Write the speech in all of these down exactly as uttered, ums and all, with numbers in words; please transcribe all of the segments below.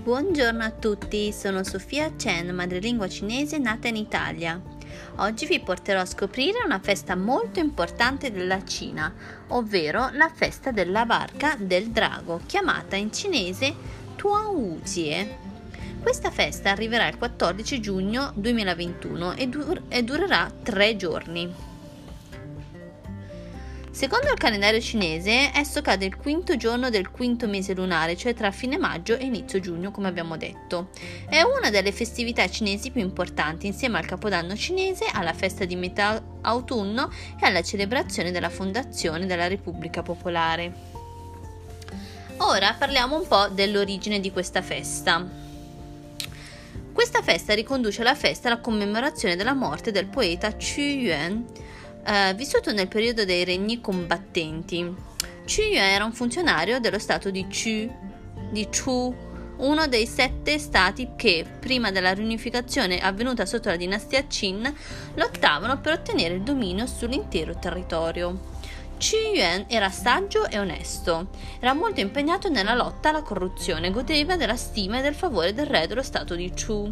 Buongiorno a tutti, sono Sofia Chen, madrelingua cinese nata in Italia. Oggi vi porterò a scoprire una festa molto importante della Cina, ovvero la festa della barca del drago, chiamata in cinese Tuanwujie. Questa festa arriverà il quattordici giugno duemilaventuno e, dur- e durerà tre giorni. Secondo il calendario cinese, esso cade il quinto giorno del quinto mese lunare, cioè tra fine maggio e inizio giugno, come abbiamo detto. È una delle festività cinesi più importanti, insieme al Capodanno cinese, alla festa di metà autunno e alla celebrazione della fondazione della Repubblica Popolare. Ora parliamo un po' dell'origine di questa festa. Questa festa riconduce alla festa alla commemorazione della morte del poeta Qu Yuan, Uh, vissuto nel periodo dei regni combattenti. Qu Yuan era un funzionario dello stato di Chu, di Chu, uno dei sette stati che, prima della riunificazione avvenuta sotto la dinastia Qin, lottavano per ottenere il dominio sull'intero territorio. Qu Yuan era saggio e onesto, era molto impegnato nella lotta alla corruzione e godeva della stima e del favore del re dello stato di Chu.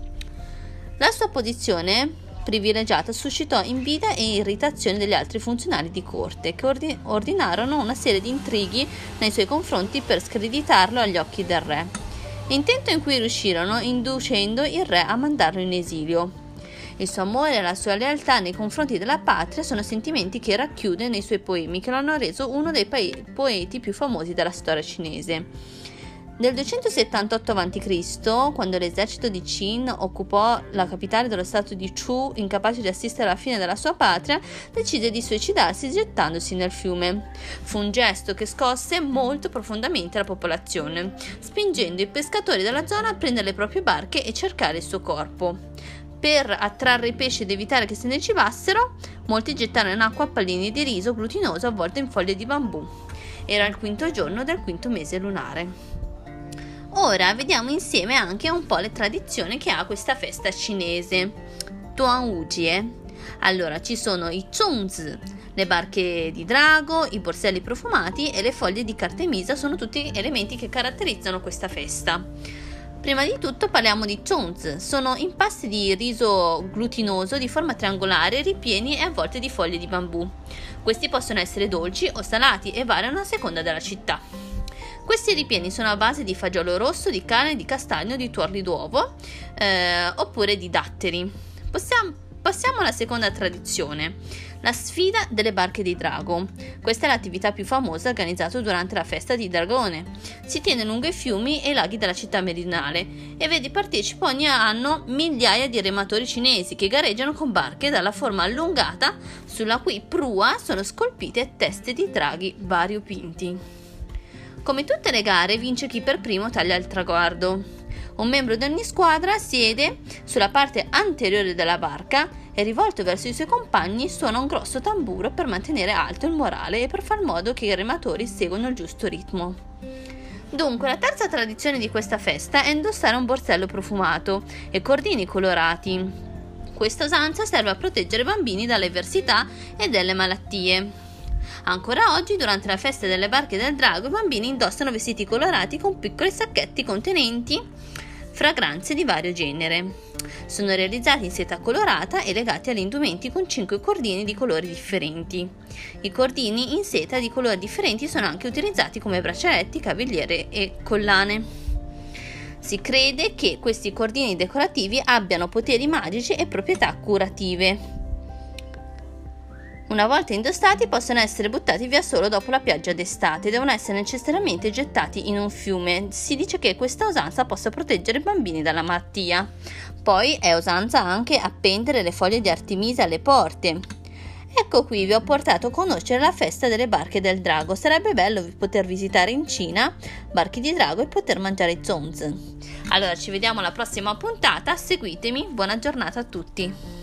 La sua posizione privilegiata suscitò invidia e irritazione degli altri funzionari di corte, che ordi- ordinarono una serie di intrighi nei suoi confronti per screditarlo agli occhi del re, intento in cui riuscirono inducendo il re a mandarlo in esilio. Il suo amore e la sua lealtà nei confronti della patria sono sentimenti che racchiude nei suoi poemi, che lo hanno reso uno dei pa- poeti più famosi della storia cinese. Nel duecentosettantotto avanti Cristo, quando l'esercito di Qin occupò la capitale dello stato di Chu, incapace di assistere alla fine della sua patria, decise di suicidarsi gettandosi nel fiume. Fu un gesto che scosse molto profondamente la popolazione, spingendo i pescatori della zona a prendere le proprie barche e cercare il suo corpo. Per attrarre i pesci ed evitare che se ne cibassero, molti gettarono in acqua pallini di riso glutinoso avvolto in foglie di bambù. Era il quinto giorno del quinto mese lunare. Ora vediamo insieme anche un po' le tradizioni che ha questa festa cinese. Tuanwujie. Allora, ci sono i zongzi, le barche di drago, i borselli profumati e le foglie di cartemisa sono tutti elementi che caratterizzano questa festa. Prima di tutto parliamo di zongzi. Sono impasti di riso glutinoso di forma triangolare, ripieni e avvolti di foglie di bambù. Questi possono essere dolci o salati e variano a seconda della città. Questi ripieni sono a base di fagiolo rosso, di carne, di castagno, di tuorli d'uovo eh, oppure di datteri. Possiamo, passiamo alla seconda tradizione, la sfida delle barche di drago. Questa è l'attività più famosa organizzata durante la festa di Dragone. Si tiene lungo i fiumi e i laghi della città meridionale e vede partecipa ogni anno migliaia di rematori cinesi che gareggiano con barche dalla forma allungata sulla cui prua sono scolpite teste di draghi variopinti. Come tutte le gare vince chi per primo taglia il traguardo. Un membro di ogni squadra siede sulla parte anteriore della barca e rivolto verso i suoi compagni suona un grosso tamburo per mantenere alto il morale e per far modo che i rematori seguano il giusto ritmo. Dunque, la terza tradizione di questa festa è indossare un borsello profumato e cordini colorati. Questa usanza serve a proteggere i bambini dalle avversità e dalle malattie. Ancora oggi, durante la festa delle barche del drago, i bambini indossano vestiti colorati con piccoli sacchetti contenenti fragranze di vario genere. Sono realizzati in seta colorata e legati agli indumenti con cinque cordini di colori differenti. I cordini in seta di colori differenti sono anche utilizzati come braccialetti, cavigliere e collane. Si crede che questi cordini decorativi abbiano poteri magici e proprietà curative. Una volta indossati possono essere buttati via solo dopo la pioggia d'estate e devono essere necessariamente gettati in un fiume. Si dice che questa usanza possa proteggere i bambini dalla malattia. Poi è usanza anche appendere le foglie di artemisia alle porte. Ecco, qui vi ho portato a conoscere la festa delle barche del drago. Sarebbe bello poter visitare in Cina barche di drago e poter mangiare i zongzi. Allora, ci vediamo alla prossima puntata, seguitemi, buona giornata a tutti!